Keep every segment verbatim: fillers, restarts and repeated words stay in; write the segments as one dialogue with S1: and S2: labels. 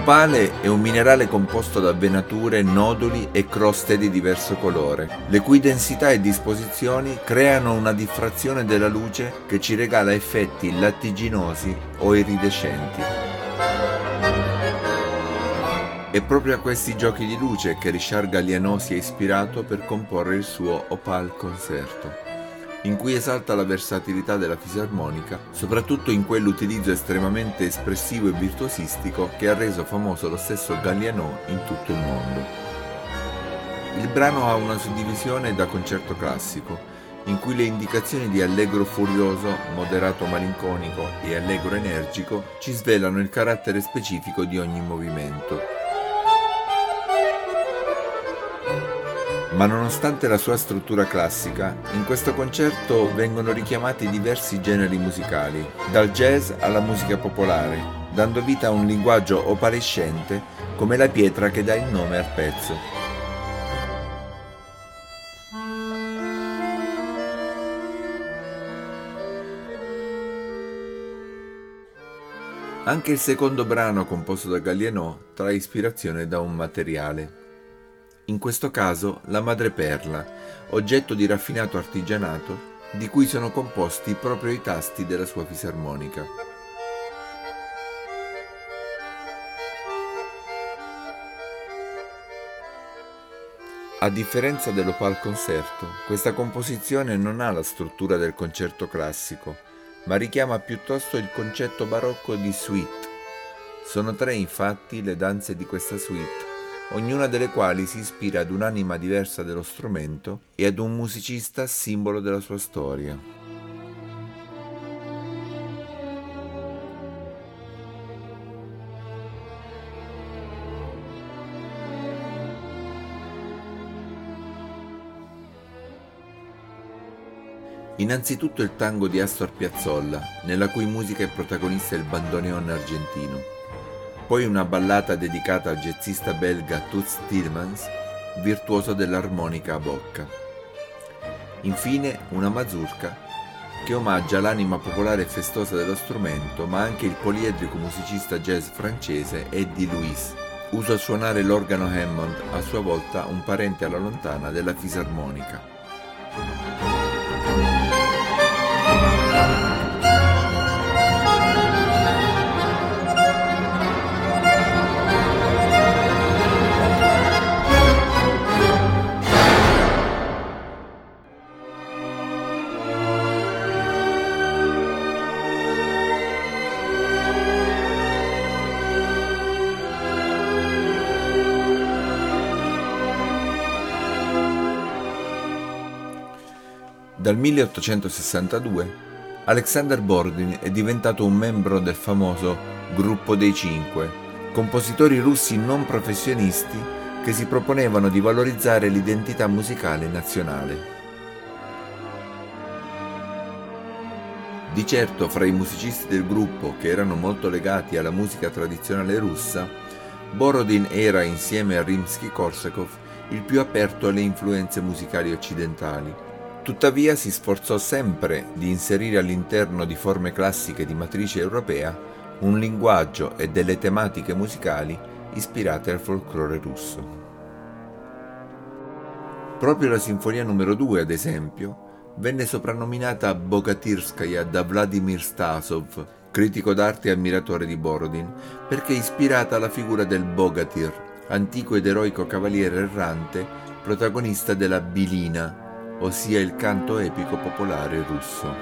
S1: L'opale è un minerale composto da venature, noduli e croste di diverso colore, le cui densità e disposizioni creano una diffrazione della luce che ci regala effetti lattiginosi o iridescenti. È proprio a questi giochi di luce che Richard Galliano si è ispirato per comporre il suo Opale Concerto, in cui esalta la versatilità della fisarmonica, soprattutto in quell'utilizzo estremamente espressivo e virtuosistico che ha reso famoso lo stesso Galliano in tutto il mondo. Il brano ha una suddivisione da concerto classico, in cui le indicazioni di allegro furioso, moderato malinconico e allegro energico ci svelano il carattere specifico di ogni movimento. Ma nonostante la sua struttura classica, in questo concerto vengono richiamati diversi generi musicali, dal jazz alla musica popolare, dando vita a un linguaggio opalescente come la pietra che dà il nome al pezzo. Anche il secondo brano composto da Galliano trae ispirazione da un materiale. In questo caso la madreperla, oggetto di raffinato artigianato, di cui sono composti proprio i tasti della sua fisarmonica. A differenza dell'Opale Concerto, questa composizione non ha la struttura del concerto classico, ma richiama piuttosto il concetto barocco di suite. Sono tre infatti le danze di questa suite, ognuna delle quali si ispira ad un'anima diversa dello strumento e ad un musicista simbolo della sua storia. Innanzitutto il tango di Astor Piazzolla, nella cui musica è protagonista il bandoneon argentino. Poi una ballata dedicata al jazzista belga Toots Thielemans, virtuoso dell'armonica a bocca. Infine una mazurka che omaggia l'anima popolare e festosa dello strumento, ma anche il poliedrico musicista jazz francese Eddie Louis, uso a suonare l'organo Hammond, a sua volta un parente alla lontana della fisarmonica. Dal milleottocentosessantadue Alexander Borodin è diventato un membro del famoso Gruppo dei Cinque, compositori russi non professionisti che si proponevano di valorizzare l'identità musicale nazionale. Di certo, fra i musicisti del gruppo, che erano molto legati alla musica tradizionale russa, Borodin era, insieme a Rimsky-Korsakov, il più aperto alle influenze musicali occidentali. Tuttavia si sforzò sempre di inserire all'interno di forme classiche di matrice europea un linguaggio e delle tematiche musicali ispirate al folklore russo. Proprio la Sinfonia numero due, ad esempio, venne soprannominata Bogatirskaya da Vladimir Stasov, critico d'arte e ammiratore di Borodin, perché ispirata alla figura del Bogatir, antico ed eroico cavaliere errante, protagonista della Bilina, ossia il canto epico popolare russo.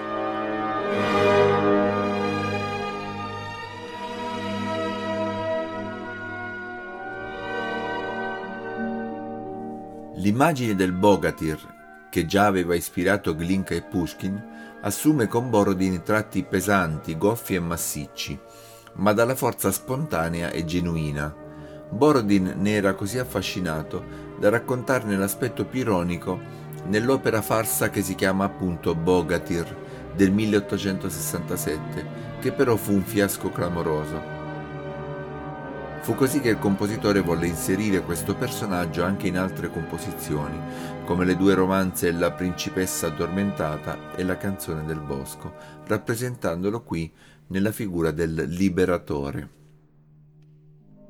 S1: L'immagine del Bogatir, che già aveva ispirato Glinka e Pushkin, assume con Borodin tratti pesanti, goffi e massicci, ma dalla forza spontanea e genuina. Borodin ne era così affascinato da raccontarne l'aspetto più ironico nell'opera farsa che si chiama appunto Bogatir del milleottocentosessantasette, che però fu un fiasco clamoroso. Fu così che il compositore volle inserire questo personaggio anche in altre composizioni, come le due romanze La principessa addormentata e La canzone del bosco, rappresentandolo qui nella figura del liberatore.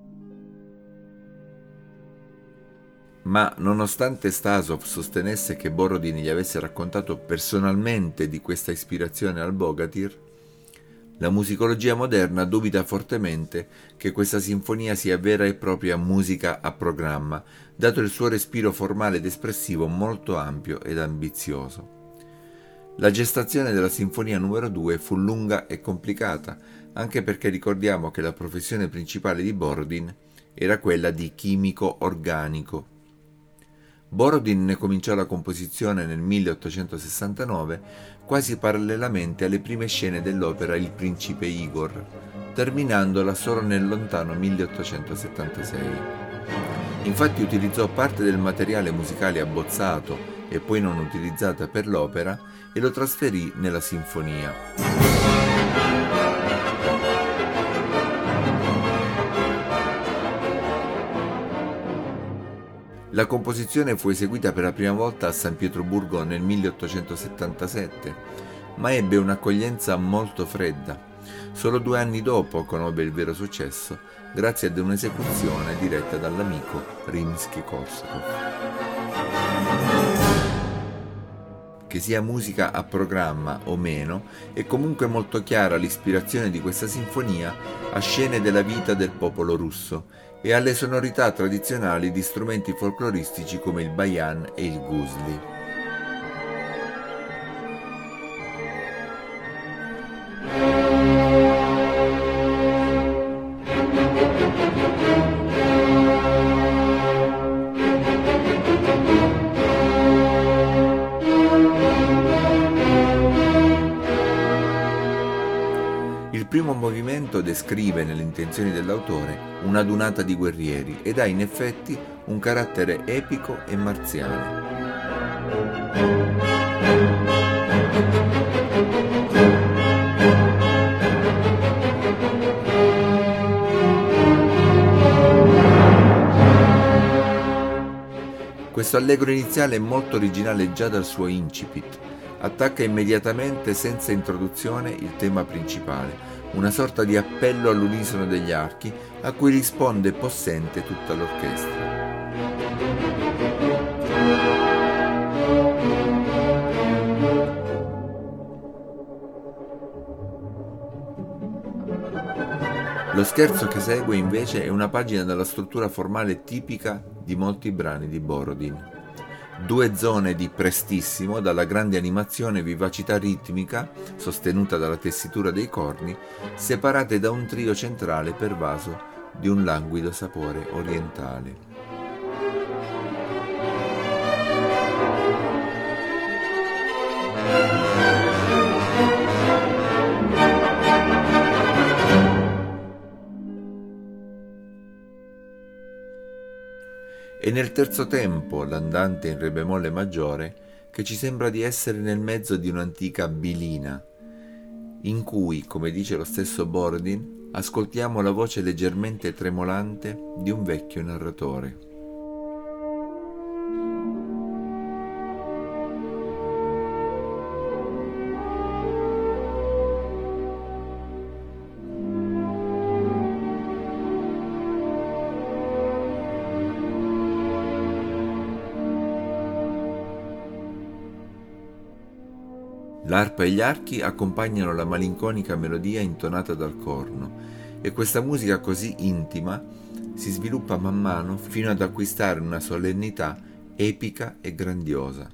S1: Ma nonostante Stasov sostenesse che Borodin gli avesse raccontato personalmente di questa ispirazione al Bogatyr, la musicologia moderna dubita fortemente che questa sinfonia sia vera e propria musica a programma, dato il suo respiro formale ed espressivo molto ampio ed ambizioso. La gestazione della sinfonia numero due fu lunga e complicata, anche perché ricordiamo che la professione principale di Borodin era quella di chimico organico. Borodin ne cominciò la composizione nel milleottocentosessantanove, quasi parallelamente alle prime scene dell'opera Il principe Igor, terminandola solo nel lontano milleottocentosettantasei. Infatti utilizzò parte del materiale musicale abbozzato e poi non utilizzata per l'opera e lo trasferì nella sinfonia. La composizione fu eseguita per la prima volta a San Pietroburgo nel milleottocentosettantasette, ma ebbe un'accoglienza molto fredda. Solo due anni dopo conobbe il vero successo, grazie ad un'esecuzione diretta dall'amico Rimsky-Korsakov. Che sia musica a programma o meno, è comunque molto chiara l'ispirazione di questa sinfonia a scene della vita del popolo russo e alle sonorità tradizionali di strumenti folcloristici come il bayan e il guzli. Il primo movimento descrive, nelle intenzioni dell'autore, un'adunata di guerrieri ed ha in effetti un carattere epico e marziale. Questo allegro iniziale è molto originale già dal suo incipit. Attacca immediatamente, senza introduzione, il tema principale, una sorta di appello all'unisono degli archi a cui risponde possente tutta l'orchestra. Lo scherzo che segue invece è una pagina dalla struttura formale tipica di molti brani di Borodin. Due zone di prestissimo, dalla grande animazione e vivacità ritmica, sostenuta dalla tessitura dei corni, separate da un trio centrale pervaso di un languido sapore orientale. E nel terzo tempo, l'andante in re bemolle maggiore, che ci sembra di essere nel mezzo di un'antica bilina, in cui, come dice lo stesso Borodin, ascoltiamo la voce leggermente tremolante di un vecchio narratore. L'arpa e gli archi accompagnano la malinconica melodia intonata dal corno e questa musica così intima si sviluppa man mano fino ad acquistare una solennità epica e grandiosa.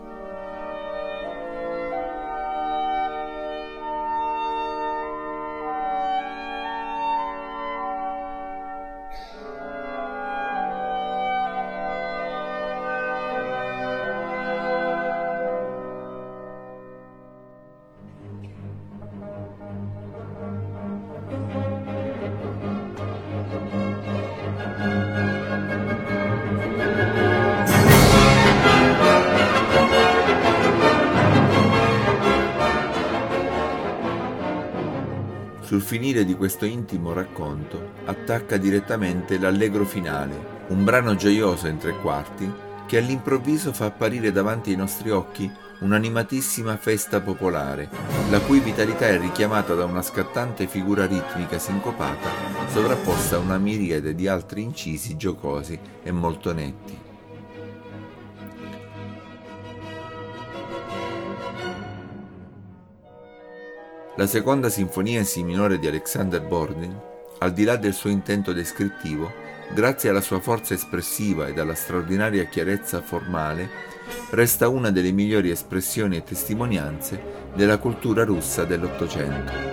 S1: Sul finire di questo intimo racconto attacca direttamente l'allegro finale, un brano gioioso in tre quarti che all'improvviso fa apparire davanti ai nostri occhi un'animatissima festa popolare, la cui vitalità è richiamata da una scattante figura ritmica sincopata sovrapposta a una miriade di altri incisi giocosi e molto netti. La seconda sinfonia in si minore di Alexander Bordin, al di là del suo intento descrittivo, grazie alla sua forza espressiva ed alla straordinaria chiarezza formale, resta una delle migliori espressioni e testimonianze della cultura russa dell'Ottocento.